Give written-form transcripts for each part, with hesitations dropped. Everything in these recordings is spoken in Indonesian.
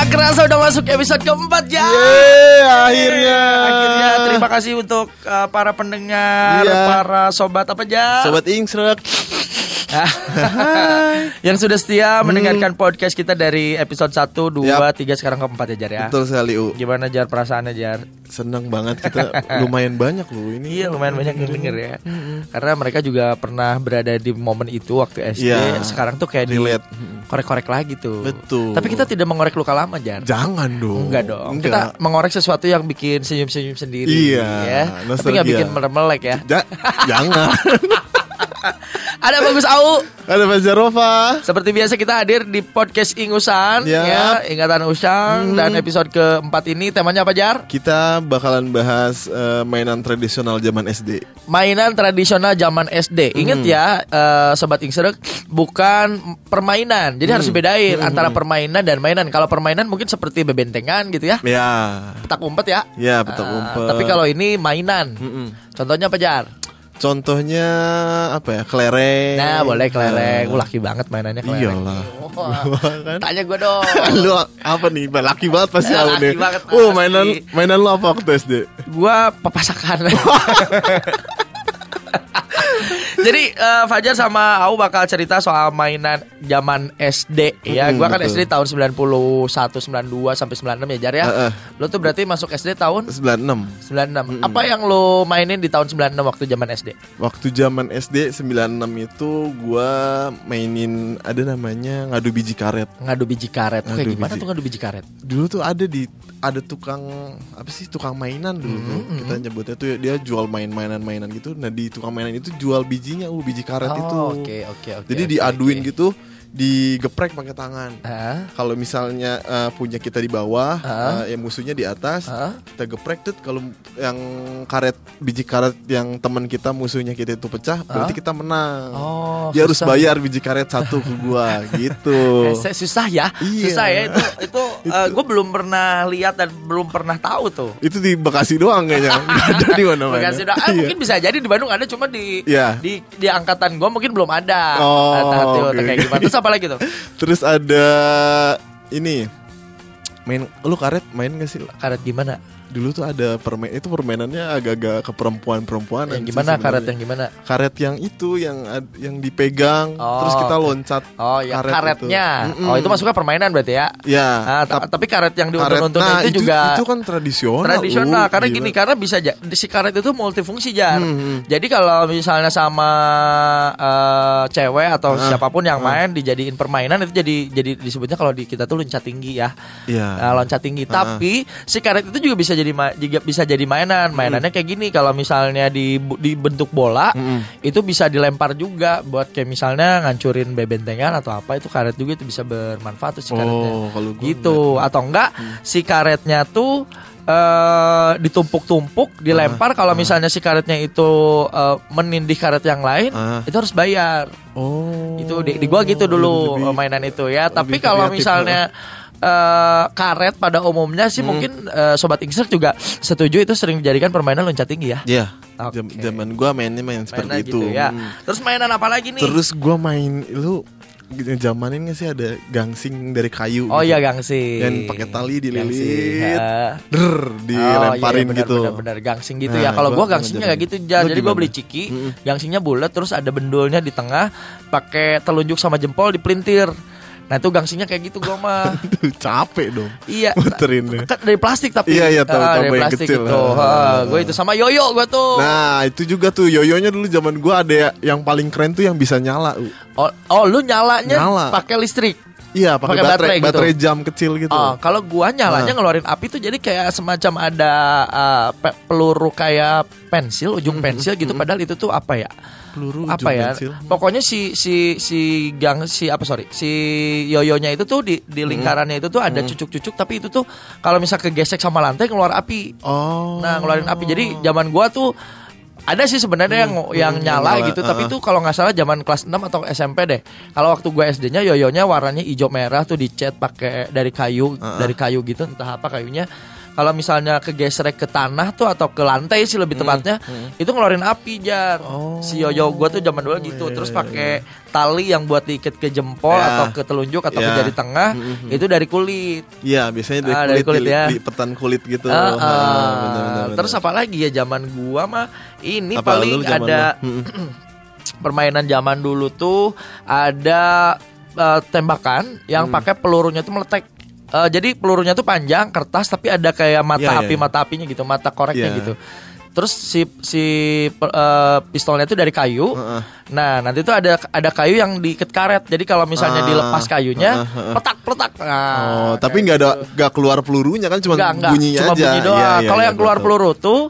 Tak kerasa udah masuk episode keempat ya. Akhirnya terima kasih untuk para pendengar, para sobat apa aja. Sobat Ingsrek yang sudah setia mendengarkan podcast kita dari episode 1, 2, 3 sekarang keempat ya Jar ya. Betul sekali Gimana Jar perasaannya Jar? Seneng banget kita lumayan banyak loh ini. Iya lumayan banyak yang denger ya. Karena mereka juga pernah berada di momen itu waktu SD. Sekarang tuh kayak korek-korek lagi tuh. Betul. Tapi kita tidak mengorek luka lama Jar. Jangan dong. Enggak dong. Kita mengorek sesuatu yang bikin senyum-senyum sendiri. Iya ya. Tapi gak bikin melek ya. Jangan. Ada Bagus Au, ada Fajar Rova. Seperti biasa kita hadir di podcast Ingusan ya, Ingatan Usang. Dan episode keempat ini temanya apa Jar? Kita bakalan bahas mainan tradisional zaman SD. Mainan tradisional zaman SD. Ingat ya Sobat Ingsrek, bukan permainan. Jadi harus dibedain antara permainan dan mainan. Kalau permainan mungkin seperti bebentengan gitu ya. Ya. Petak umpet ya. Ya petak umpet. Tapi kalau ini mainan. Contohnya apa Jar? Contohnya apa ya? Kelereng. Nah boleh kelereng. Laki banget mainannya kelereng. Iyalah. Tanya gue dong. Lu apa nih? Laki banget pasti aku nih. Banget, mainan lu apa waktu SD? Gua papasakan. Jadi Fajar sama Au bakal cerita soal mainan zaman SD ya. Gua kan betul. SD tahun 91, 92 sampai 96 ya Jar ya. Lo tuh berarti masuk SD tahun 96. Apa yang lo mainin di tahun 96 waktu zaman SD? Waktu zaman SD 96 itu gua mainin ada namanya ngadu biji karet. Ngadu biji karet. Kayak gimana tuh ngadu biji karet? Dulu tuh ada tukang apa sih? Tukang mainan dulu. Kita nyebutnya tuh dia jual mainan gitu. Nah, di tukang mainan itu jual bijinya, biji karet itu. Oke. Jadi diaduin gitu, digeprek pakai tangan. Kalau misalnya punya kita di bawah, yang musuhnya di atas, kita geprek tuh. Kalau yang biji karet yang teman kita musuhnya kita itu pecah, berarti kita menang. Dia harus bayar biji karet 1 ke gua gitu. Susah ya. Iya. Susah ya itu gue belum pernah lihat dan belum pernah tahu tuh. Itu di Bekasi doang kayaknya. Enggak ada di mana-mana. Bekasi doang. Mungkin bisa jadi di Bandung ada, cuma di angkatan gue mungkin belum ada. Kayak gimana? Terus apa lagi tuh? Terus ada ini lu karet main gak sih? Karet gimana? Dulu tuh ada permainannya agak-agak ke perempuan-perempuan. Yang gimana karet yang gimana? Karet yang itu yang dipegang terus kita loncat. Karetnya. Itu. Itu masuknya permainan berarti ya? Ya. Tapi karet yang diuntur-untur itu juga itu kan tradisional. Tradisional karena gila. Karena bisa si karet itu multifungsi Jar. Jadi kalau misalnya sama cewek atau siapapun yang main dijadiin permainan itu jadi disebutnya kalau di kita tuh loncat tinggi ya. Loncat tinggi. Tapi si karet itu juga bisa jadi mainannya kayak gini. Kalau misalnya dibentuk bola itu bisa dilempar juga buat kayak misalnya ngancurin bebentengan atau apa. Itu karet juga itu bisa bermanfaat tuh si karetnya gitu. Atau enggak si karetnya tuh ditumpuk-tumpuk dilempar. Kalau misalnya si karetnya itu menindih karet yang lain itu harus bayar. Itu di gua gitu dulu mainan itu ya. Tapi kalau misalnya karet pada umumnya sih mungkin Sobat Ingsrek juga setuju itu sering dijadikan permainan loncat tinggi ya. Iya. Zaman gue main seperti itu. Gitu, ya. Terus mainan apa lagi nih? Terus gue lu zamanin gak sih ada gangsing dari kayu? Iya gangsing. Yang pakai tali dililit, dilemparin gitu. Benar gangsing gitu ya. Kalau gue gangsingnya kayak gitu aja. Jadi gue beli ciki, gangsingnya bulat, terus ada bendulnya di tengah, pakai telunjuk sama jempol dipelintir. Nah itu gangsingnya kayak gitu gue mah. Capek dong. Iya. Muterin dari plastik tapi. Iya tahu dari yang plastik kecil. Gitu. Gue itu sama yoyo gue tuh. Nah itu juga tuh yoyonya dulu zaman gue ada yang paling keren tuh yang bisa nyala. Lu nyalanya pakai listrik. Iya pakai baterai gitu. Jam kecil gitu. Kalau gua nyalanya ngeluarin api tuh jadi kayak semacam ada peluru kayak pensil, ujung pensil gitu. Padahal itu tuh apa ya? Peluru apa ya? Pensil. Pokoknya si yoyonya itu tuh di lingkarannya itu tuh ada cucuk-cucuk, tapi itu tuh kalau misal kegesek sama lantai keluar api. Nah, ngeluarin api. Jadi zaman gua tuh ada sih sebenarnya yang nyala gitu, tapi itu kalau nggak salah zaman kelas 6 atau SMP deh. Kalau waktu gue SD-nya yoyonya warnanya hijau merah tuh dicat pakai dari kayu gitu, entah apa kayunya. kalau misalnya kegesrek ke tanah tuh atau ke lantai sih lebih tepatnya, itu ngeluarin api Jar. Si yoyo gua tuh zaman dulu gitu. Terus pakai tali yang buat diikat ke jempol atau ke telunjuk atau ke jari tengah, itu dari kulit. Iya, biasanya dari kulit ya. Lipetan kulit gitu. Bener. Terus apa lagi ya zaman gua mah ini apa paling ada permainan zaman dulu tuh ada tembakan yang pakai pelurunya tuh meletek. Jadi pelurunya tuh panjang kertas tapi ada kayak mata mata apinya gitu, mata koreknya gitu. Terus si pistolnya itu dari kayu. Nah, nanti tuh ada kayu yang diikat karet. Jadi kalau misalnya dilepas kayunya, petak. Nah, tapi nggak keluar pelurunya kan, cuma bunyinya cuma aja. Bunyi doang. Kalau yang keluar peluru tuh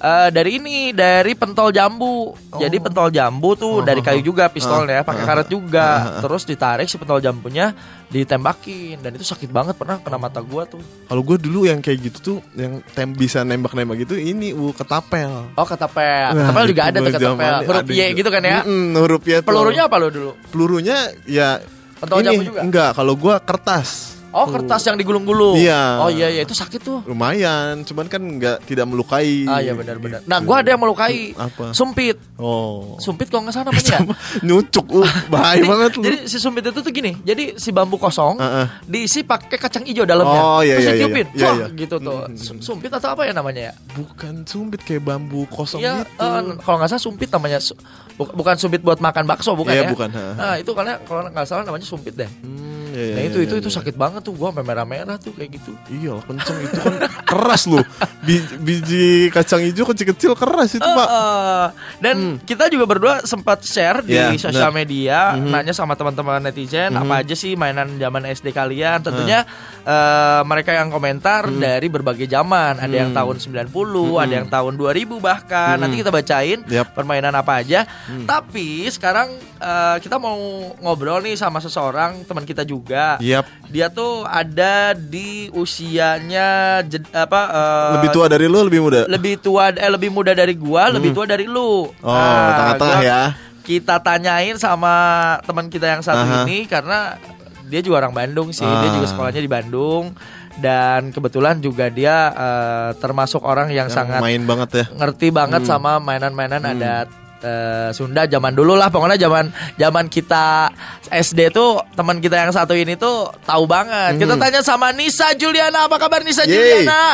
dari pentol jambu. Jadi pentol jambu tuh dari kayu juga pistolnya, pakai karet juga. Terus ditarik si pentol jambunya, ditembakin, dan itu sakit banget, pernah kena mata gua tuh. Kalau gua dulu yang kayak gitu tuh, yang bisa nembak gitu, ini ketapel. Oh, ketapel. Ketapel juga ada tuh ketapel. Huruf Y gitu kan ya? Huruf Y. Pelurunya apa lo dulu? Pelurunya ya pentol jambu juga? Enggak, kalau gua kertas. Oh, kertas yang digulung-gulung. Iya. Oh iya itu sakit tuh. Lumayan, cuman kan tidak melukai. Iya benar-benar. Nah, gua ada yang melukai. Apa? Sumpit. Oh. Sumpit kok nggak salah namanya. Nyucuk, bahaya banget lu. Jadi si sumpit itu tuh gini. Jadi si bambu kosong diisi pakai kacang hijau dalamnya. Oh iya. Terus ditiupin. Iya. Gitu tuh. Sumpit atau apa ya namanya ya? Bukan sumpit, kayak bambu kosong gitu. Kalau nggak salah sumpit namanya. Bukan sumpit buat makan bakso, bukan ya? Bukan. Nah, itu karena kalau nggak salah namanya sumpit deh. Nah itu sakit banget tuh, gua merah-merah tuh kayak gitu. Iya, kenceng itu kan keras loh. Biji kacang hijau kecil-kecil keras itu, Pak. Dan kita juga berdua sempat share di sosial media, nanya sama teman-teman netizen apa aja sih mainan zaman SD kalian. Tentunya mereka yang komentar dari berbagai zaman. Ada yang tahun 90, ada yang tahun 2000 bahkan. Nanti kita bacain permainan apa aja. Tapi sekarang kita mau ngobrol nih sama seseorang teman kita juga. Dia tuh ada di usianya lebih tua dari lu, lebih muda? Lebih muda dari gua, lebih tua dari lu. Tengah-tengah ya. Kita tanyain sama teman kita yang satu ini karena dia juga orang Bandung sih. Dia juga sekolahnya di Bandung. Dan kebetulan juga dia termasuk orang yang sangat main banget ya, ngerti banget sama mainan-mainan adat Sunda zaman dulu lah. Pokoknya zaman kita SD tuh teman kita yang satu ini tuh tahu banget. Kita tanya sama Nisa Juliana. Apa kabar Nisa Juliana?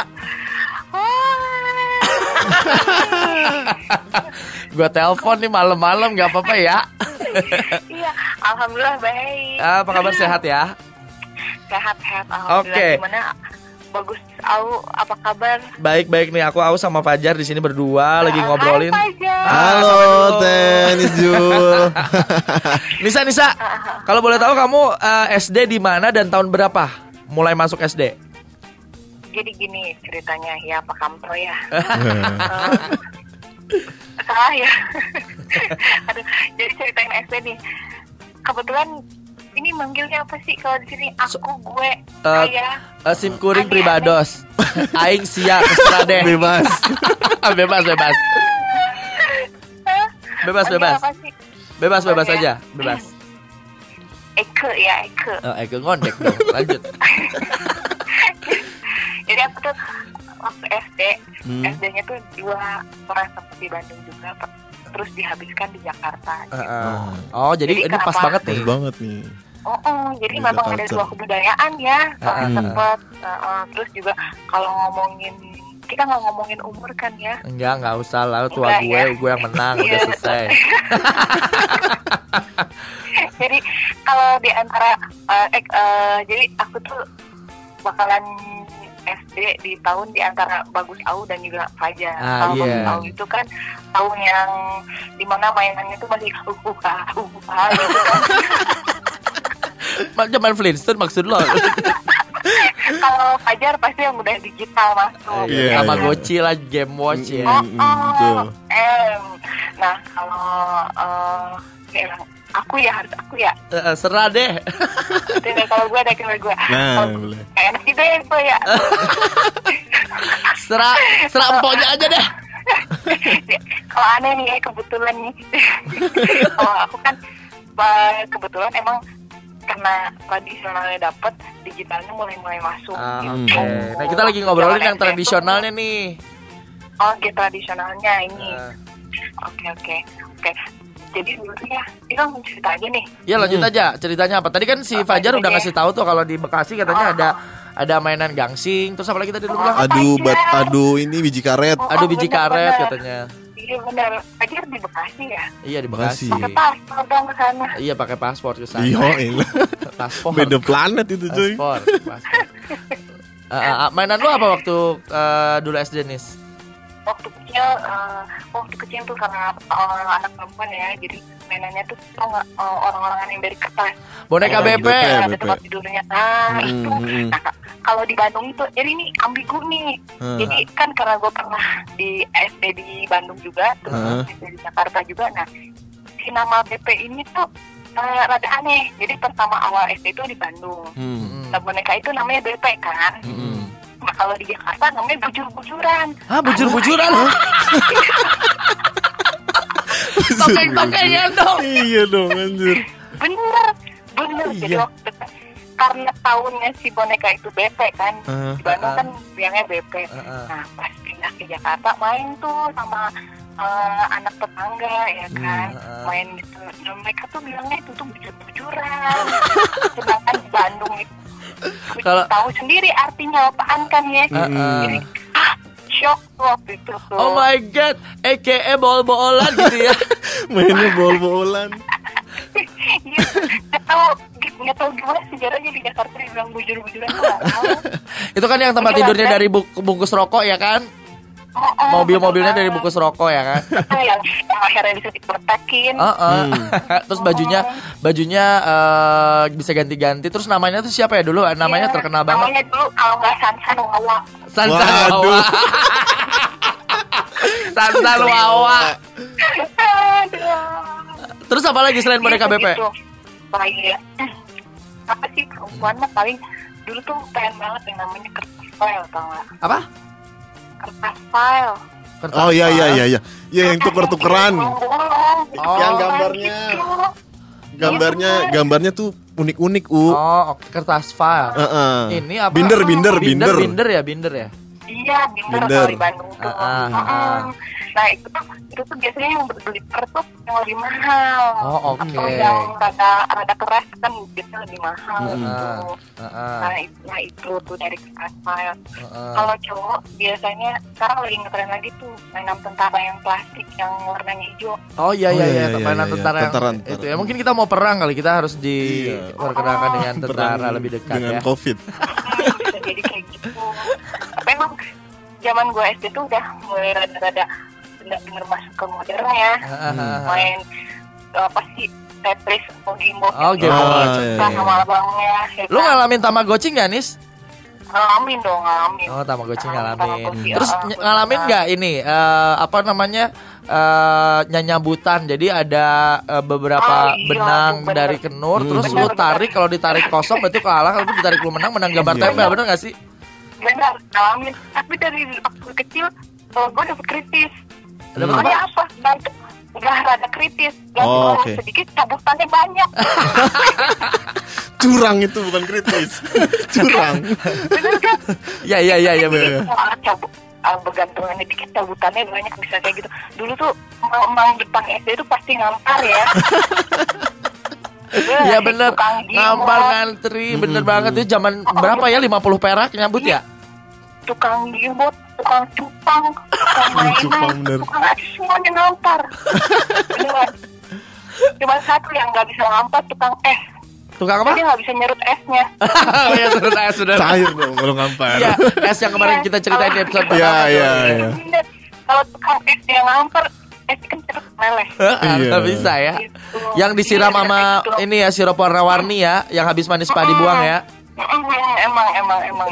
Gue telepon nih malam-malam, nggak apa-apa ya? Iya, alhamdulillah baik. Apa kabar, sehat ya? Sehat. Alhamdulillah. Gimana? Bagus. Au, apa kabar? Baik nih, aku Au sama Fajar di sini berdua lagi ngobrolin. Hai Fajar. Halo Tenis Jul. Nisa, kalau boleh tahu kamu SD di mana dan tahun berapa mulai masuk SD? Jadi gini ceritanya ya, Pak Kamto ya. Salah ya. Aduh, jadi ceritain SD nih. Kebetulan ini manggilnya apa sih kalau di sini? Gue, saya. Simkuring pribados. Aing sia terserah deh. Bebas. Bebas aja. Bebas. Eke ya, Eke. Eke ngondek dong. Lanjut. Jadi aku tuh waktu SD, SD-nya tuh 2 orang sempat di Bandung juga, terus dihabiskan di Jakarta. Jadi ini pas banget nih. Pas banget nih. Jadi memang ada 2 kebudayaan ya. Sempat. Terus juga kalau ngomongin, kita nggak ngomongin umur kan ya? Nggak usah lah, tua gue yang menang, udah selesai. Jadi kalau di antara jadi aku tuh bakalan SD di tahun di antara Bagus Au dan juga Fajar. Kalau Bagus Au itu kan tahun yang dimana mainannya itu masih gitu kan. Zaman Flintstone maksud lo? Kalau Fajar pasti yang udah digital masuk. Tamagotchi lah, Game Watch ya. Nah kalau aku ya. Serah deh. Kalau gue ada kira gue. Nah, boleh. Enak juga ya itu ya. Serah empoknya aja deh. Kalau aneh nih kebetulan nih. Kalau aku kan kebetulan emang karena tradisionalnya dapet, digitalnya mulai masuk. Oke. Nah kita lagi ngobrolin yang tradisionalnya nih. Oke, tradisionalnya ini. Oke. Jadi dulunya, ini kan cerita aja nih. Ya lanjut aja, ceritanya apa? Tadi kan si Fajar udah ngasih tahu tuh kalau di Bekasi katanya ada mainan gangsing. Terus apa lagi tadi lu bilang? Adu ini biji karet. Adu biji karet katanya. Iya benar. Fajar di Bekasi ya? Iya di Bekasi. Pakai paspor dong ke sana. Iya pakai paspor ke sana. Iya. Paspor. Beda planet itu cuy. Paspor. Mainan lu apa waktu dulu SD Nis? Waktu kecil tuh karena anak perempuan ya, jadi mainannya tuh orang-orang yang dari kertas. Boneka BP. Ada tempat tidurnya. Itu. Nah, kalau di Bandung itu, jadi ini ambigu nih. Jadi kan karena gue pernah di SD di Bandung juga, terus SD di Jakarta juga. Nah, si nama BP ini tuh rada aneh. Jadi pertama awal SD itu di Bandung. Nah, boneka itu namanya BP kan. Nah, kalau di Jakarta namanya bujur-bujuran. Bujur-bujuran? Topeng-topengan dong. Iya dong anjir. Bener. Jadi waktu karena tahunnya si boneka itu BP kan, di Bandung kan bilangnya BP. Nah pas pindah ke Jakarta main tuh sama anak tetangga ya kan, main gitu. Nah, mereka tuh bilangnya itu tuh bujur-bujuran. Sedangkan di Bandung itu kalau tahu sendiri artinya apaan kan ya. Jadi shock waktu itu tuh. Oh my god, AKA bol-bolan gitu ya. Mainnya bol-bolan. Iya, nggak tahu gimana sejarahnya di Jakarta dibilang bujur-bujuran tuh nggak tahu. Itu kan yang tempat tidurnya dari bungkus rokok ya kan? Mobil-mobilnya dari bungkus rokok ya kan? yang akhirnya bisa dipertakin. Terus bajunya bisa ganti-ganti. Terus namanya tuh siapa ya dulu? Namanya terkenal banget. Namanya dulu kalau nggak Sansan Wawa. Sansan Wawa. Sansan Wawa. Terus apa lagi selain boneka BP? Baik. Apa sih perempuan mah paling dulu tuh pengen banget yang namanya kertas file, tau nggak? Apa? Kertas file. Oh iya. Ya yang tuker-tukeran. Yang gambarnya tuh unik-unik kertas file. Ini apa? Binder ya. Iya, binder kalau di Bandung tuh. Nah itu tuh biasanya yang beli per tuh yang lebih mahal. Atau yang rada keras kan biasanya lebih mahal gitu. Nah itu tuh dari kertas file. Kalau cowok biasanya sekarang lagi ngetren lagi tuh mainan tentara yang plastik yang warnanya hijau. Oh iya, mainan tentara yang itu ya. Mungkin kita mau perang kali, kita harus diperkenalkan dengan tentara lebih dekat dengan ya. COVID. Bisa jadi kayak gitu. Tapi emang zaman gue SD tuh udah mulai rada-rada bener-bener masuk ke modern ya. Main apa sih Tetris atau Game Boy. Game Boy. Sama abangnya. Lu ngalamin Tamagotchi nggak, Nis? Ngalamin. Oh, Tamagotchi ngalamin. Terus ngalamin nggak ini apa namanya nyanyabutan? Jadi ada beberapa benang dari kenur, terus lu tarik, kalau ditarik kosong berarti kalah, kalau ditarik lu menang gambar tempel, bener nggak sih? Benar, ngalamin. Tapi dari waktu kecil gue dapet kritis. Soalnya apa? Udah rada kritis. Ganti sedikit, cabutannya banyak. Curang itu bukan kritis. Curang. Bener kan? Iya bener. Bergantungannya dikit, cabutannya banyak, bisa kayak gitu. Dulu tuh emang depan SD itu pasti ngampar ya. Iya bener, ngampar ngantri, bener banget itu zaman berapa ya, 50 perak nyambut ya? Tukang gimbot, tukang cupang, tukang mainan, tukang aja semuanya ngampar. Beneran. Cuma satu yang gak bisa ngampar, tukang es. Tukang apa? Dia gak bisa nyerut esnya. Oh iya, nyerut es sudah. Cair dong kalau ngampar. Iya, es yang kemarin kita ceritain di episode pertama. Iya. Kalau tukang es yang ngampar, es kan cerut meleleh. Gak bisa ya. Yang disiram sama ini ya, sirup warna-warni ya, yang habis manis padi buang ya. Emang.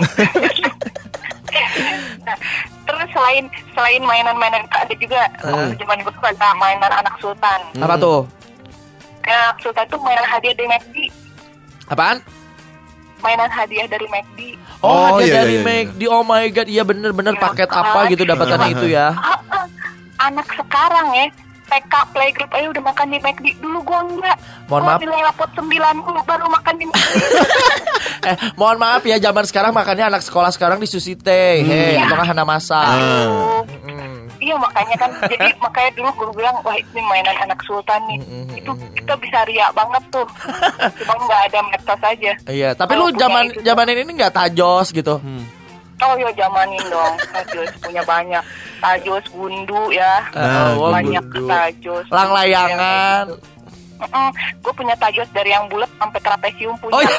Nah, terus selain mainan-mainan ada juga zaman gue tuh ada mainan anak sultan. Apa tuh? Anak sultan tuh mainan hadiah dari McD. Apaan? Mainan hadiah dari McD. Oh hadiah dari McD. Oh my god, iya bener-bener paket apa gitu dapatannya itu ya. Anak sekarang ya TK playgroup aja udah makan di McD. Dulu gue enggak. Mohon maaf. Nilai rapot 90 baru makan di McD. Mohon maaf ya, zaman sekarang makannya anak sekolah sekarang di Susite, atau nggak Hanamasa. Iya makanya kan, jadi makanya dulu gue bilang wah ini mainan anak sultan nih. Itu kita bisa riak banget tuh. Cuma nggak ada medsos aja. Iya, tapi lu zamanin ini nggak tajos gitu? Oh iya zamanin dong, tajos punya banyak. Tajos gundu ya, banyak gundu. tajos. Lang-layangan. Gue punya tajos dari yang bulat sampai trapesium punya. Oh iya.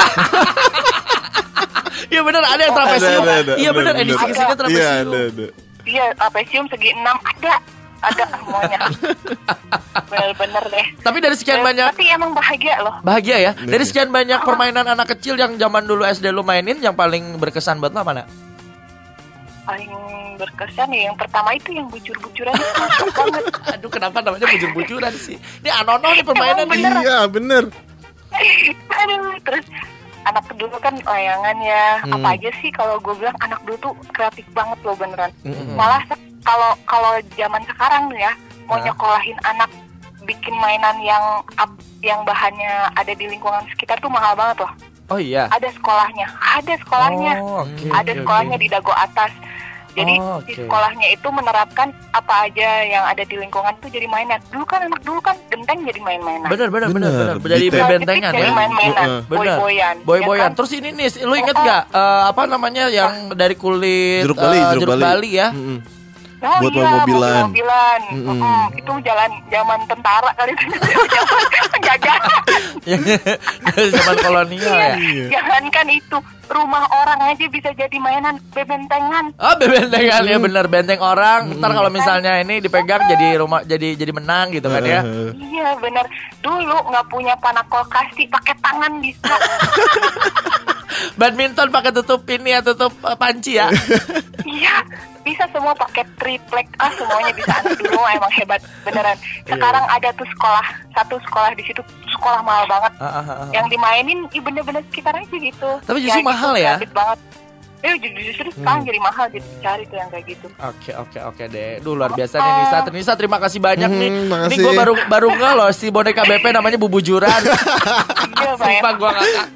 Iya benar, ada yang trapesium. Iya benar, edisi-edisinya trapesium. Iya, trapesium segi 6 ada semuanya. Bener-bener deh. Tapi dari sekian banyak. Tapi emang bahagia loh. Bahagia ya. Dari sekian banyak permainan anak kecil yang zaman dulu SD lu mainin, yang paling berkesan buat lo mana? Paling berkesan ya yang pertama itu yang bucur-bucuran itu masuk banget. Aduh, kenapa namanya bucur-bucuran sih? Ini anono nih permainan nih. Iya bener. Aduh, terus anak dulu kan layangan ya. Apa aja sih kalau gue bilang anak dulu tuh kreatif banget loh beneran. Malah kalau zaman sekarang nih ya mau nyekolahin anak bikin mainan yang bahannya ada di lingkungan sekitar tuh mahal banget loh. Oh iya. Ada sekolahnya. Ada sekolahnya di Dago Atas. Jadi di sekolahnya itu menerapkan apa aja yang ada di lingkungan itu jadi mainan. Dulu kan genteng jadi main-mainan. Bener. Jadi bentengan ya. Main-mainan. Boy-boyan. Terus ini nih, lu inget nggak apa namanya yang dari kulit jeruk Bali ya? Oh buat iya, mobil-mobilan. Itu zaman tentara kali itu. Penjajahan. Zaman kolonial ya. Jangankan itu, rumah orang aja bisa jadi mainan bebentengan. Oh, bebentengan ya benar, benteng orang. Ntar kalau misalnya ini dipegang jadi rumah jadi menang gitu kan ya. Iya benar. Dulu nggak punya panakol kasti, pakai tangan bisa. Badminton pakai tutup ini ya, tutup panci ya. Iya, bisa semua pakai triplek. Semuanya bisa. Anak dulu emang hebat beneran. Sekarang ada tuh satu sekolah di situ, sekolah mahal banget. Yang dimainin bener-bener sekitar aja gitu. Tapi justru ya, mahal ya. Banget. Justru sekarang jadi mahal, jadi cari tuh yang kayak gitu. Oke deh. Duh luar biasa nih Nisa, terima kasih banyak nih. Ini gue baru nggak loh si boneka BP namanya Bubujuran. Iya, sumpah gue ngakak.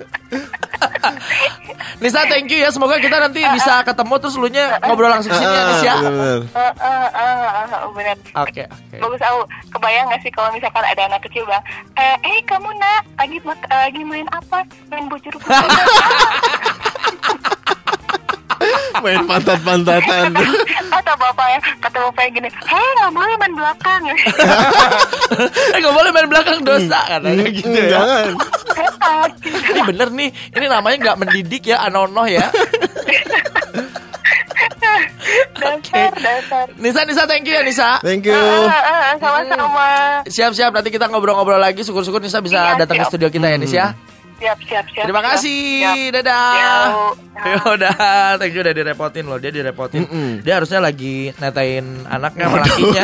Nisa, thank you ya. Semoga kita nanti bisa ketemu terus lunya ngobrol langsung sini ya Nis ya. Bener. Oke. Bagus aku. Kebayang gak sih kalau misalkan ada anak kecil bang, kamu nak lagi main apa? Main bujur-bujur. Main pantat-pantatan. Kata bapaknya gini, nggak boleh main belakang. Nggak boleh main belakang, dosa katanya gitu ya. Jangan. Ini bener nih, ini namanya nggak mendidik ya, anonoh ya. Dasar. Nisa, thank you ya Nisa. Thank you. Sama-sama. Siap, nanti kita ngobrol-ngobrol lagi. Syukur-syukur Nisa bisa datang ke studio kita ya Nis ya. Siap. Terima kasih. Dadah. Yaudah, thank you udah direpotin loh. Dia direpotin. Dia harusnya lagi netain anaknya sama lakinya.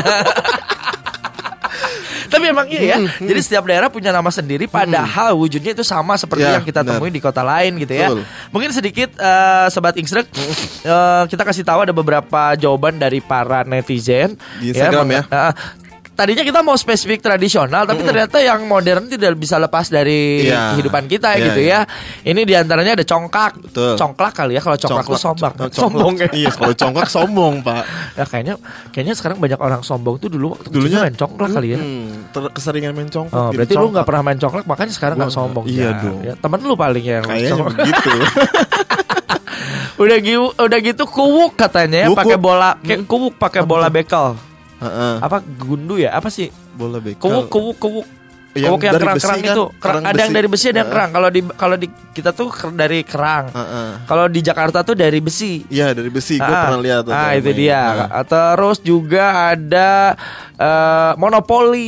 Tapi emang iya ya. Jadi setiap daerah punya nama sendiri, padahal wujudnya itu sama seperti yang kita temui di kota lain gitu ya. Mungkin sedikit Sobat Ingsrek, kita kasih tahu ada beberapa jawaban dari para netizen di Instagram ya. Tadinya kita mau spesifik tradisional, tapi ternyata yang modern tidak bisa lepas dari kehidupan kita gitu ya. Ini diantaranya ada congkak. Betul. Congklak kali ya, kalau congklak itu sombong ya. Iya, kalau congklak sombong Pak. Ya kayaknya sekarang banyak orang sombong tuh dulunya main congklak kali ya. Keseringan main congklak. Berarti lu nggak pernah main congklak, makanya sekarang nggak sombong. Iya dong. Ya, temen lu paling yang kayaknya begitu. Udah gitu kuwuk katanya ya, pakai bola kuwuk pakai bola bekel. Apa gundu ya? Apa sih? Bola bekel. Kuwuk yang kerang-kerang kan, itu. Ada yang dari besi, ada yang kerang. Kalau di kita tuh dari kerang. Kalau di Jakarta tuh dari besi. Iya, dari besi. Gue pernah lihat. Itu dia. Terus juga ada monopoli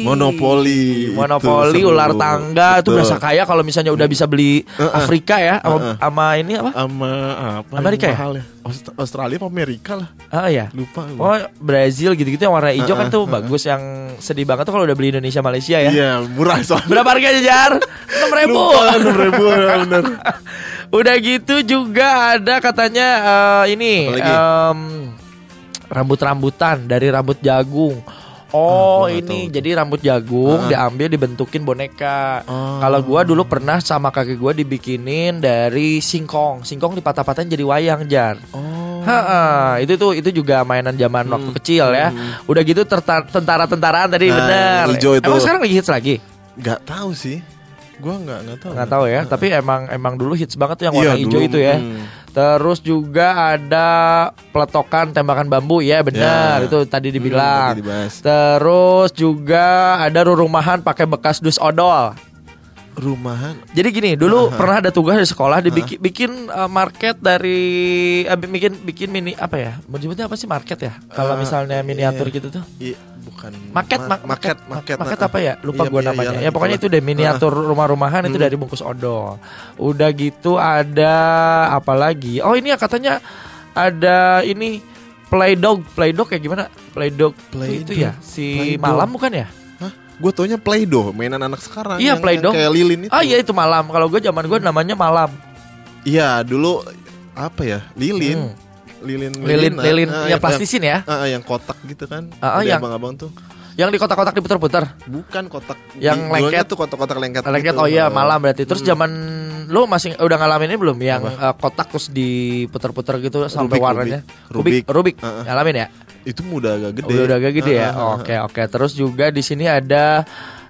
ular tangga. Itu berasa kaya kalau misalnya udah bisa beli Afrika ya, sama ini apa? Sama apa? Amerika ya? Australia apa Amerika lah. Ya. Lupa. Brazil gitu-gitu yang warna hijau kan tuh bagus. Yang sedih banget tuh kalau udah beli Indonesia Malaysia ya. Iya, murah soalnya. Berapa harganya Jar? 6.000. 6.000 benar. Udah gitu juga ada katanya ini rambut-rambutan dari rambut jagung. Ini jadi rambut jagung diambil dibentukin boneka. Kalau gua dulu pernah sama kakek gua dibikinin dari singkong. Singkong dipatah-patahin jadi wayang, Jar. Itu juga mainan zaman waktu kecil ya. Udah gitu tentara-tentaraan tadi bener. Emang sekarang lagi hits lagi? Gak tahu sih. Gua nggak tahu. Nggak tahu ya. Tapi emang dulu hits banget tuh yang warna hijau itu ya. Terus juga ada peletokan tembakan bambu ya benar itu tadi dibilang. Terus juga ada rumahan pakai bekas dus odol. Rumahan. Jadi gini, dulu pernah ada tugas di sekolah bikin market dari bikin mini apa ya? Menyebutnya apa sih market ya? Kalau misalnya miniatur gitu tuh. Bukan market apa ya? Lupa gua namanya. Ya pokoknya itu deh miniatur rumah-rumahan itu dari bungkus odol. Udah gitu ada apa lagi? Oh ini ya katanya ada ini Play-Doh kayak gimana? Play-Doh itu ya si Malam bukan ya? Gue taunya Play-Doh, mainan anak sekarang. Iya, Play-Doh. Kayak lilin itu. Iya itu Malam. Kalau gue zaman gue namanya Malam. Iya, dulu apa ya? Lilin. Lilin ya plastisin ya. Yang kotak gitu kan. Yang abang-abang tuh. Yang di kotak-kotak diputar-putar. Bukan kotak. Yang lengket tuh kotak-kotak lengket. Lengket gitu. Oh iya, Malam berarti. Terus zaman lu masih udah ngalamin ini belum yang kotak terus diputar-putar gitu sampai warnanya Rubik. Ngalamin ya? Itu udah agak gede. Udah agak gede ya. Oke. Terus juga di sini ada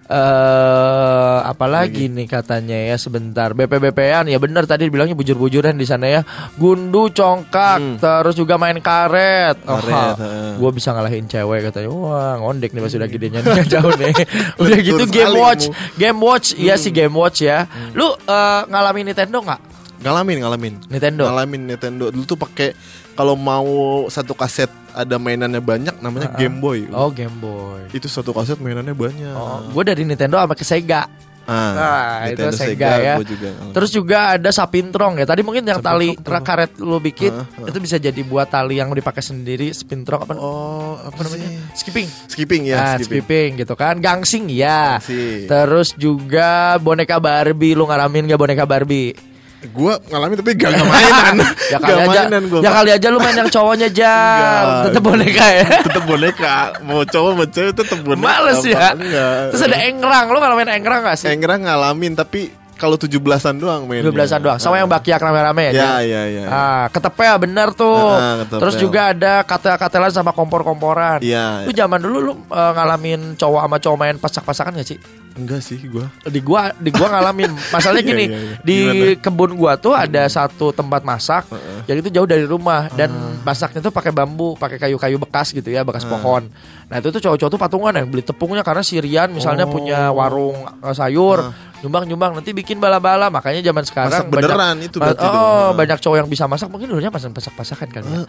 apa lagi nih katanya ya sebentar BP-BPan ya benar tadi bilangnya bujur-bujuran di sana ya. Gundu congkak terus juga main karet. Gue bisa ngalahin cewek katanya. Wah ngondek nih pas udah gedenya nih jauh nih. Udah gitu Game Watch iya sih Game Watch ya. Lu ngalamin Nintendo nggak? Ngalamin Nintendo dulu tuh pakai kalau mau satu kaset ada mainannya banyak namanya Game Boy. Oh Game Boy. Itu satu kaset mainannya banyak. Gue dari Nintendo sama ke Sega. Itu Sega ya. Terus juga ada Sapintrong ya. Tadi mungkin yang tali karet lu bikin itu bisa jadi buat tali yang dipakai sendiri. Spintrong apa namanya? Skipping gitu kan. Gangsing ya. Terus juga boneka Barbie. Lu ngalamin gak boneka Barbie? Gue ngalamin tapi gak mainan. Ya kali aja lu main yang cowoknya tetep boneka ya. Tetep boneka. Mau cowok mau cewek tetep boneka. Males ya. Terus ada engrang. Lu ngalamin engrang gak sih? Engrang ngalamin tapi kalau 17-an doang mainnya. 17-an doang. Sama yang bakiak rame-rame ya. Iya. Ketepnya bener tuh. Terus juga ada katel-katelan sama kompor-komporan. Iya. Lu zaman dulu lu ngalamin cowok sama cowok main pasak-pasakan gak sih? Enggak sih gua. Di gua ngalamin. Masalahnya gini, di kebun gua tuh ada satu tempat masak yang itu jauh dari rumah dan masaknya tuh pakai bambu, pakai kayu-kayu bekas gitu ya, bekas pohon. Nah, itu tuh cowok-cowok tuh patungan yang beli tepungnya karena si Rian misalnya punya warung sayur, nyumbang nanti bikin bala-bala. Makanya zaman sekarang beneran itu berarti banyak cowok yang bisa masak, mungkin dulunya pasak-pasakan kan ya.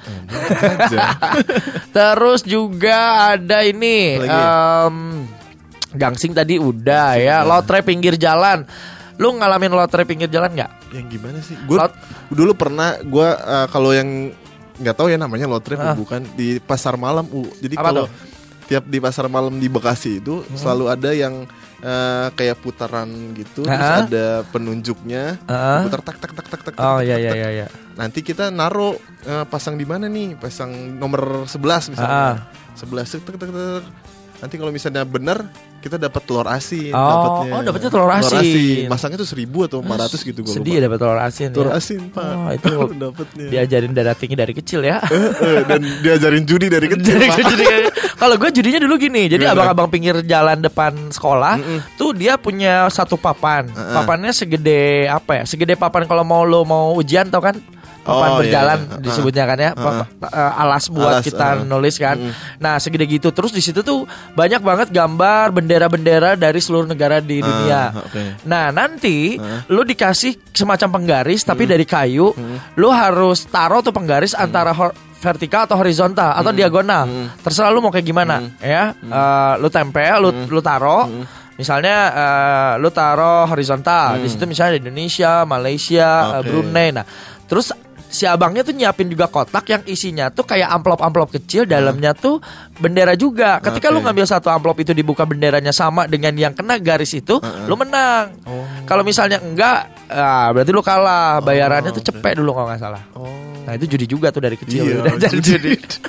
Terus juga ada ini gangsing tadi udah ya. Lotre pinggir jalan. Lu ngalamin lotre pinggir jalan nggak? Yang gimana sih? Gue dulu pernah. Gue kalau yang nggak tahu ya namanya lotre bukan di pasar malam. Jadi kalau tiap di pasar malam di Bekasi itu selalu ada yang kayak putaran gitu. Terus ada penunjuknya. Putar tak. Oh iya. Nanti kita naruh pasang di mana nih? Pasang nomor 11 misalnya. 11 nanti kalau misalnya benar kita dapat telur asin. Dapatnya telur asin. Masangnya tuh 1.000 atau 400 gitu. Sedih ya dapat telur asin. Telur asin Pak. Itu dapatnya. Diajarin darah tinggi dari kecil ya. Dan diajarin judi dari kecil. Kalau gue judinya dulu gini. Jadi abang-abang pinggir jalan depan sekolah tuh dia punya satu papan. Papannya segede apa ya? Segede papan kalau lo mau ujian tau kan? Papan berjalan disebutnya kan ya, alas buat kita nulis kan. Nah segede gitu. Terus di situ tuh banyak banget gambar bendera-bendera dari seluruh negara di dunia. Nah nanti lu dikasih semacam penggaris tapi dari kayu. Lu harus taruh tuh penggaris antara vertikal atau horizontal atau diagonal. Terserah lu mau kayak gimana ya. Lu tempel, lu taruh. Misalnya lu taruh horizontal. Di situ misalnya Indonesia, Malaysia, Brunei. Nah terus si abangnya tuh nyiapin juga kotak yang isinya tuh kayak amplop-amplop kecil, dalamnya tuh bendera juga. Ketika lu ngambil satu amplop itu dibuka benderanya sama dengan yang kena garis itu, lu menang. Kalau misalnya enggak, berarti lu kalah. Bayarannya tuh cepet dulu kalau nggak salah. Nah itu judi juga tuh dari kecil. Iya, dari judi.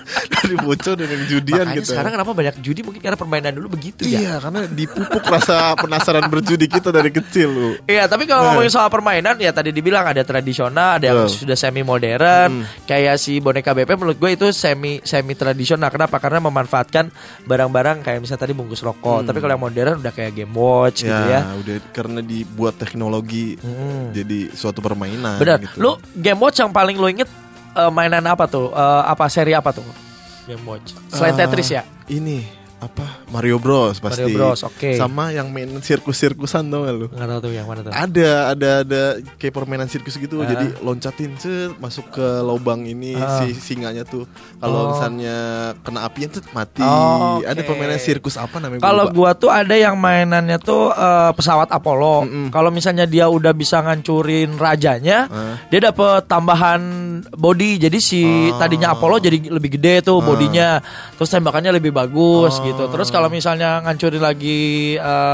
Dari bocor dan yang judian. Makanya gitu. Sekarang kenapa banyak judi? Mungkin karena permainan dulu begitu ya. Iya, karena dipupuk rasa penasaran berjudi kita dari kecil lu. Iya, tapi kalau ngomongin soal permainan ya tadi dibilang ada tradisional, ada yang sudah semi modern. Kayak si boneka BP menurut gue itu semi tradisional. Kenapa? Karena memanfaatkan barang-barang kayak misalnya tadi bungkus rokok. Tapi kalau yang modern udah kayak Game Watch gitu ya. Udah karena dibuat teknologi jadi suatu permainan. Benar. Gitu. Lu Game Watch yang paling lu inget mainan apa tuh? Seri apa tuh? Game Watch. Selain Tetris ya? Ini apa? Mario Bros pasti. Mario Bros, oke. Sama yang main sirkus-sirkusan tau gak lu? Nggak tahu tuh yang mana tuh. Ada kayak permainan sirkus gitu. Jadi loncatin masuk ke lubang ini si singanya tuh. Kalau misalnya kena apinya tuh mati. Ada permainan sirkus apa namanya? Kalau gua tuh ada yang mainannya tuh pesawat Apollo. Kalau misalnya dia udah bisa ngancurin rajanya, dia dapet tambahan body. Jadi si tadinya Apollo jadi lebih gede tuh bodinya. Terus tembakannya lebih bagus gitu. Terus kalau misalnya ngancurin lagi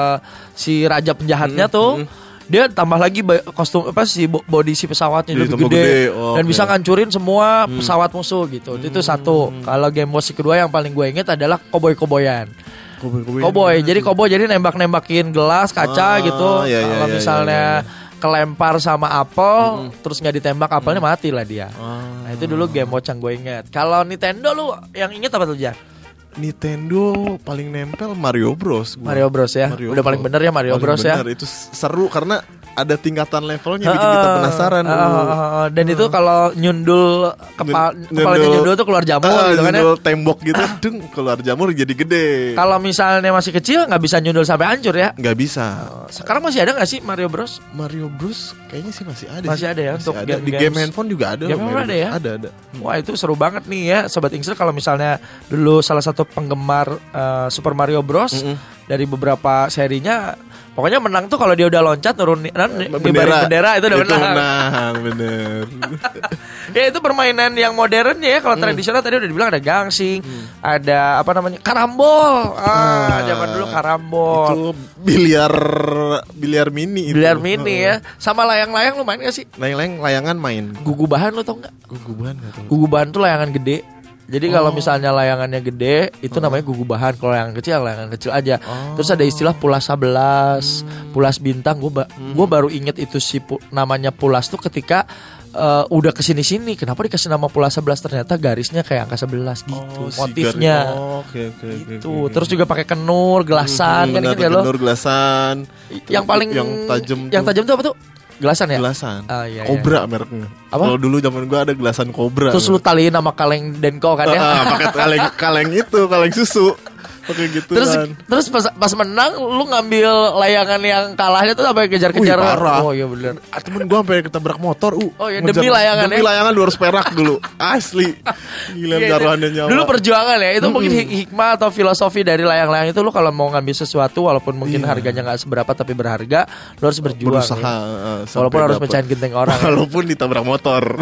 si raja penjahatnya tuh, dia tambah lagi kostum si body si pesawatnya lebih gede dan bisa ngancurin semua pesawat musuh gitu. Itu satu. Kalau Game Watch kedua yang paling gue inget adalah koboy-koboyan. Koboy. Jadi koboy jadi nembak-nembakin gelas kaca gitu. Kalau misalnya kelempar sama apel terus nggak ditembak apelnya mati lah dia. Nah itu dulu Game Watch yang gue inget. Kalau Nintendo lu yang inget apa tuh Jar? Nintendo paling nempel Mario Bros. Mario Bros ya. Udah paling bener ya Mario Bros ya. Itu seru karena ada tingkatan levelnya bikin kita penasaran. Dan itu kalau nyundul kepalanya nyundul tuh keluar jamur gitu kan ya. Nyundul tembok gitu, keluar jamur jadi gede. Kalau misalnya masih kecil nggak bisa nyundul sampai hancur ya? Nggak bisa. Sekarang masih ada nggak sih Mario Bros? Mario Bros kayaknya sih masih ada. Masih ada ya untuk ada. Di game handphone juga ada. Game handphone ada ya? Ada. Wah itu seru banget nih ya Sobat Inkster. Kalau misalnya dulu salah satu penggemar Super Mario Bros dari beberapa serinya, pokoknya menang tuh kalau dia udah loncat nurunin bendera itu udah menang. Bener. Ya itu permainan yang modernnya ya. Kalau tradisional tadi udah dibilang ada gangsing, ada apa namanya karambol. Zaman dulu karambol. Itu biliar mini. Biliar mini ya. Sama layang-layang lu main gak sih? Layangan main. Gugubahan lu tau gak? Gugubahan gak tau. Gugubahan tuh layangan gede. Jadi kalau misalnya layangannya gede itu namanya gugubahan. Kalau layangan kecil aja. Terus ada istilah pulas 11, pulas bintang. Gue baru inget itu namanya pulas tuh ketika udah kesini-sini. Kenapa dikasih nama pulas 11? Ternyata garisnya kayak angka 11 gitu. Motifnya. Gitu. Terus juga pakai kenur, gelasan kan gitu ya lo. Kenur, gelasan. Yang paling yang tajam tuh apa tuh? Gelasan ya? Gelasan. Iya, Kobra mereknya. Kalau dulu zaman gua ada gelasan Kobra. Terus lu taliin sama kaleng Denko kan ya? Pakai kaleng susu. Pakai gitu kan. Terus pas menang lu ngambil layangan yang kalahnya tuh sampai kejar-kejar. Parah. Oh iya benar. Temen gua sampai ketabrak motor. Oh iya demi layangan. Demi layangan 200 perak dulu. Asli. Gila taruhannya nyawa. Dulu perjuangan ya. Itu mungkin hikmah atau filosofi dari layang-layang itu, lu kalau mau ngambil sesuatu walaupun mungkin harganya enggak seberapa tapi berharga, lu harus berjuang. Berusaha. Ya. Walaupun harus mecahin genteng orang. Walaupun ditabrak motor.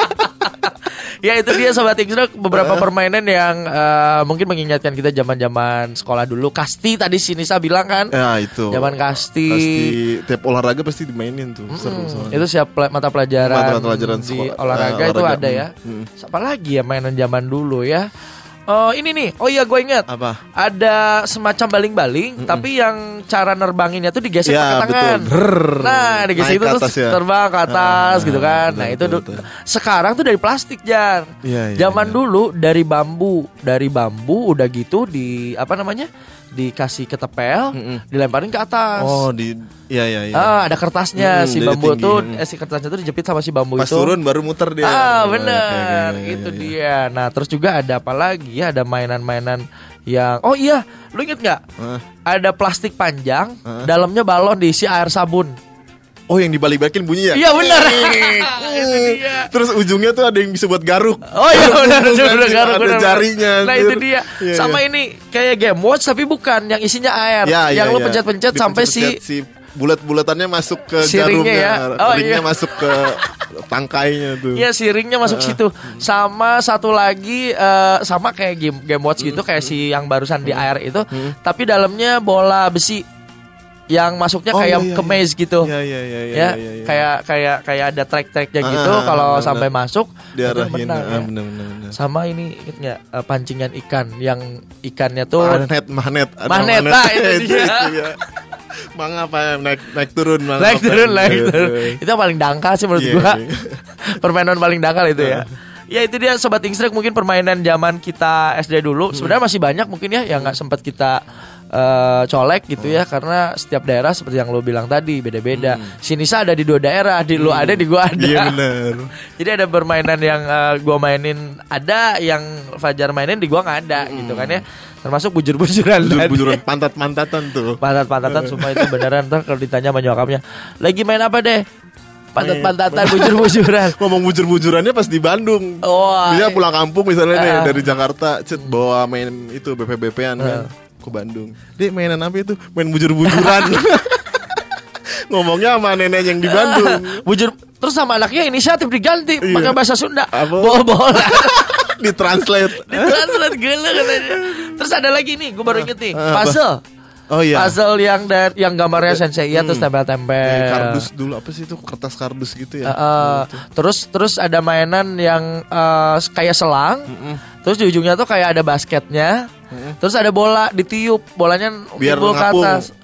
Ya itu dia Sobat Inkster, beberapa permainan yang mungkin mengingatkan kita zaman-zaman sekolah dulu. Kasti tadi si Nisa bilang kan. Ya itu. Zaman kasti. Tiap olahraga pasti dimainin tuh. Seru soalnya. Itu siap mata pelajaran di olahraga itu ada ya. Apa lagi ya mainan zaman dulu ya? Ini nih, oh iya gue ingat. Apa? Ada semacam baling-baling, tapi yang cara nerbanginnya tuh digesek pakai tangan. Nah, digesek itu terus terbang ke atas gitu kan. Nah itu sekarang tuh dari plastik Jar. Zaman dulu dari bambu udah gitu di apa namanya? Dikasih ketepel, dilemparin ke atas. Oh, ada kertasnya si bambu tuh, si kertasnya tuh dijepit sama si bambu pas itu. Pas turun baru muter dia. Bener, itu dia. Nah, terus juga ada apa lagi ya? Ada mainan-mainan yang, oh iya, lu inget nggak? Ada plastik panjang, dalamnya balon diisi air sabun. Oh yang dibalik-balikin bunyi ya? Iya benar. Terus ujungnya tuh ada yang bisa buat garuk. Oh iya benar garuk. Ada jarinya. Nah itu dia. Sama ini kayak Game Watch tapi bukan, yang isinya air. Yang lu pencet-pencet sampai si bulat-bulatannya masuk ke jarumnya ya. Ringnya masuk ke tangkainya tuh. Iya si ringnya masuk situ. Sama satu lagi sama kayak Game Watch gitu, kayak si yang barusan di air itu, tapi dalamnya bola besi. yang masuknya kayak ke maze gitu. Iya. Kayak ada track-tracknya gitu. Kalau sampai masuk diarahin. Benar. Sama ini inget nggak pancingan ikan yang ikannya tuh magnet. Nah, itu dia. Apa naik turun. Itu yang paling dangkal sih menurut gua. Permainan paling dangkal itu ya. Ya itu dia Sobat Ingstrek, mungkin permainan zaman kita SD dulu. Sebenarnya masih banyak mungkin ya yang nggak sempat kita colek gitu ya, karena setiap daerah seperti yang lo bilang tadi beda-beda. Si Nisa ada di 2 daerah, di lo ada, di gua ada. Iya benar. Jadi ada permainan yang gua mainin ada, yang Fajar mainin di gua nggak ada gitu kan ya. Termasuk bujur-bujuran, pantat-pantatan tuh. Pantat-pantatan semua itu beneran. Ntar kalau ditanya sama nyokapnya, lagi main apa deh? Pantat-pantatan, bujur-bujuran. Ngomong bujur-bujurannya pas di Bandung. Dia pulang kampung misalnya nih dari Jakarta, bawa main itu BP-BP-an kan ke Bandung. Dek, mainan apa itu? Main bujur-bujuran. Ngomongnya sama nenek yang di Bandung. Bujur, terus sama anaknya inisiatif diganti pakai bahasa Sunda. Bola-bola. Ditranslate gila katanya. Terus ada lagi nih, gue baru inget nih, puzzle. Oh iya. Puzzle yang gambarnya Sensei terus tempel-tempel. Kardus dulu apa sih itu, kertas kardus gitu ya. Terus ada mainan yang kayak selang. Terus di ujungnya tuh kayak ada basketnya. Terus ada bola ditiup, bolanya timbul ke atas.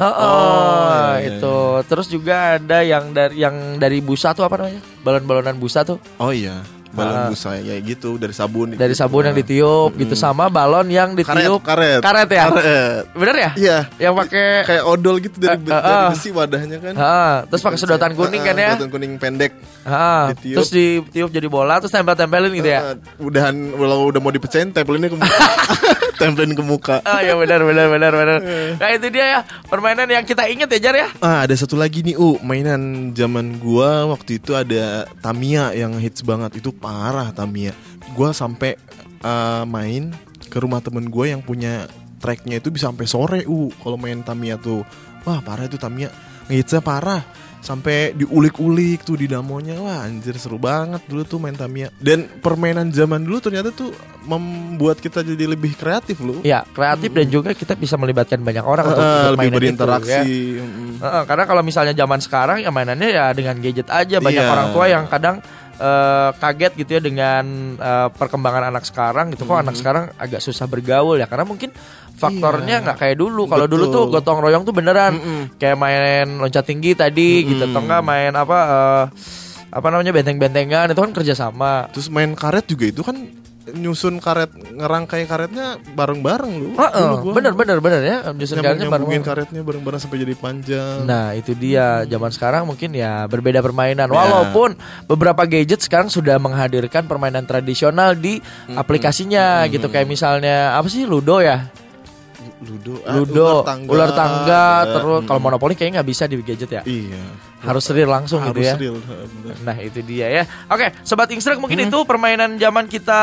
Itu. Terus juga ada yang dari busa tuh apa namanya? Balon-balonan busa tuh. Oh iya. Balon busa ya gitu, dari sabun. Dari sabun yang ditiup gitu, sama balon yang ditiup. Karet ya? Karet. Bener ya? Iya. Yang pakai kayak odol gitu dari besi wadahnya kan. Terus pakai sedotan kuning kan ya? Sedotan kuning pendek. Terus ditiup jadi bola, terus tempel-tempelin gitu ya. Udah mau dipecahin, tempelinnya ke muka. Tempelin ke muka. Ya benar. Nah itu dia ya, permainan yang kita inget ya Jar ya. Ada satu lagi nih mainan zaman gua waktu itu ada Tamiya yang hits banget. Itu parah Tamiya. Gua sampai main ke rumah temen gua yang punya tracknya itu bisa sampai sore kalau main Tamiya tuh. Wah parah itu Tamiya, ngehitsnya parah. Sampai diulik-ulik tuh di damonya. Wah anjir seru banget dulu tuh main Tamiya. Dan permainan zaman dulu ternyata tuh membuat kita jadi lebih kreatif loh. Ya kreatif dan juga kita bisa melibatkan banyak orang untuk lebih berinteraksi itu, ya. Karena kalau misalnya zaman sekarang ya mainannya ya dengan gadget aja. Banyak orang tua yang kadang kaget gitu ya dengan perkembangan anak sekarang gitu. Kok anak sekarang agak susah bergaul ya, karena mungkin faktornya nggak kayak dulu. Kalau dulu tuh gotong royong tuh beneran kayak main loncat tinggi tadi gitu, atau nggak main apa namanya benteng-bentengan, itu kan kerjasama. Terus main karet juga itu kan nyusun karet, ngerangkai karetnya bareng-bareng lu. Bener ya, nyusun karetnya bareng-bareng. Karetnya bareng-bareng sampai jadi panjang. Nah itu dia, zaman sekarang mungkin ya berbeda permainan. Walaupun beberapa gadget sekarang sudah menghadirkan permainan tradisional di aplikasinya gitu. Kayak misalnya apa sih, Ludo ya? Ludo, ular tangga terus kalau monopoli kayaknya nggak bisa di gadget ya. Iya. Harus real langsung gitu ya. Nah itu dia ya. Oke, Sobat Ingstrek, mungkin itu permainan zaman kita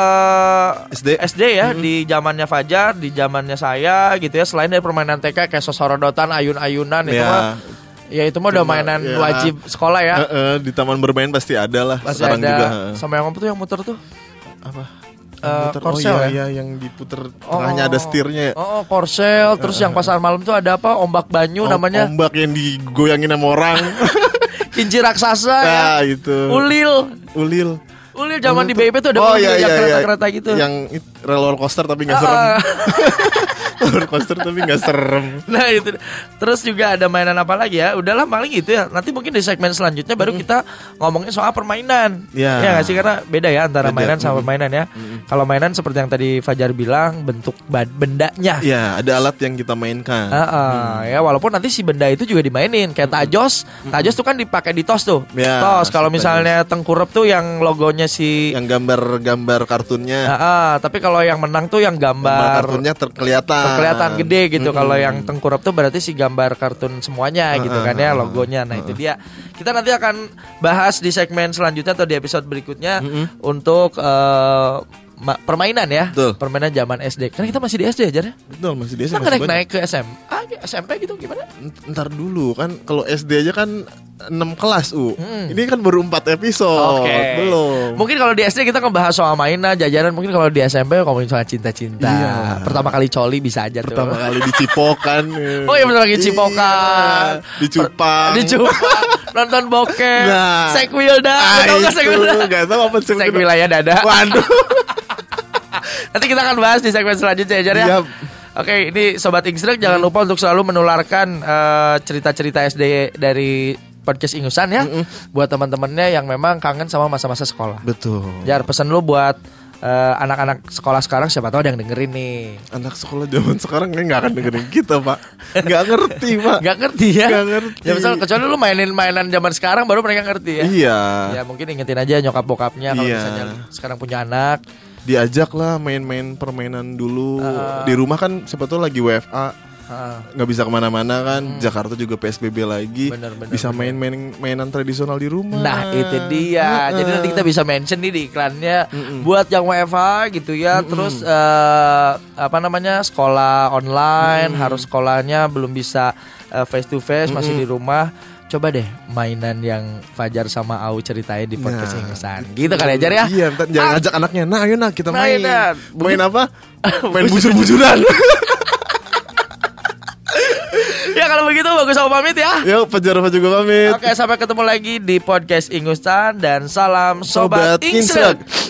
SD ya, di zamannya Fajar, di zamannya saya gitu ya. Selain dari permainan TK kayak sosorodotan, ayun-ayunan itu mah. Ya itu mah udah mainan wajib sekolah ya. Di taman bermain pasti ada lah. Pasti ada. Juga. Sama yang tuh yang muter tuh apa? Korsel yang diputer tengahnya ada setirnya. Korsel. Terus yang pasar malam tuh ada apa? Ombak banyu namanya. Ombak yang digoyangin sama orang. Kinci raksasa ya. Itu. Ulil zaman di BB tuh ada yang kereta-kereta gitu. Yang roller coaster tapi gak serem. Roller coaster tapi gak serem. Nah itu. Terus juga ada mainan apa lagi ya? Udahlah paling gitu ya. Nanti mungkin di segmen selanjutnya baru kita ngomongin soal permainan. Ya gak sih? Karena beda ya antara mainan sama permainan ya. Kalau mainan seperti yang tadi Fajar bilang, bentuk bendanya. Ya ada alat yang kita mainkan. Ya walaupun nanti si benda itu juga dimainin. Kayak tajos. Tajos tuh kan dipakai di tos tuh. Tos. Kalau misalnya tengkurap tuh yang logonya yang gambar kartunnya. Tapi kalau yang menang tuh yang gambar kartunnya kelihatan gede gitu. Kalau yang tengkurap tuh berarti si gambar kartun semuanya gitu kan ya, logonya. Nah itu dia. Kita nanti akan bahas di segmen selanjutnya atau di episode berikutnya untuk permainan ya. Betul. Permainan zaman SD. Karena kita masih di SD aja ya. Betul, masih di SD. Kita naik ke SMA, SMP gitu gimana? Ntar dulu kan, kalau SD aja kan 6 kelas Ini kan baru 4 episode. Belum. Mungkin kalau di SD kita ngebahas soal mainan, jajanan. Mungkin kalau di SMP ngomongin soal cinta-cinta. Iya. Pertama kali coli bisa aja tuh. Pertama kali dicipokan. Oh iya, pertama kali cipokan. Dicupang. Nonton bokep. Sekwilda. Gak tau apa Sekwilda ya dada. Waduh. Nanti kita akan bahas di segmen selanjutnya ya Jar ya. Oke, ini Sobat Ingsrek jangan lupa untuk selalu menularkan cerita-cerita SD dari podcast Ingusan ya. Buat teman-temannya yang memang kangen sama masa-masa sekolah. Betul. Jar, pesan lu buat anak-anak sekolah sekarang, siapa tahu ada yang dengerin nih. Anak sekolah zaman sekarang nggak akan dengerin kita, Pak. Nggak ngerti, Pak. Nggak ngerti ya. Nggak ngerti. Ya misal kecuali lu mainin mainan zaman sekarang baru mereka ngerti ya. Iya. Ya mungkin ingetin aja nyokap bokapnya kalau misalnya sekarang punya anak. Diajak lah main-main permainan dulu. Di rumah kan siapa tahu lagi WFA. Nggak bisa kemana-mana kan. Jakarta juga PSBB lagi. Bisa mainan tradisional di rumah. Nah itu dia. Jadi nanti kita bisa mention nih di iklannya. Buat yang WFA gitu ya. Terus sekolah online. Harus sekolahnya belum bisa face to face, masih di rumah. Coba deh mainan yang Fajar sama Au ceritain di podcast Ingusan. Gitu kali aja ya. Iya, jangan ngajak anaknya. Nah, ayo kita main. Main apa? Main bujur-bujuran. Ya kalau begitu bagus sama pamit ya. Yuk, Fajar juga pamit. Oke, sampai ketemu lagi di podcast Ingusan dan salam Sobat Ingsrek.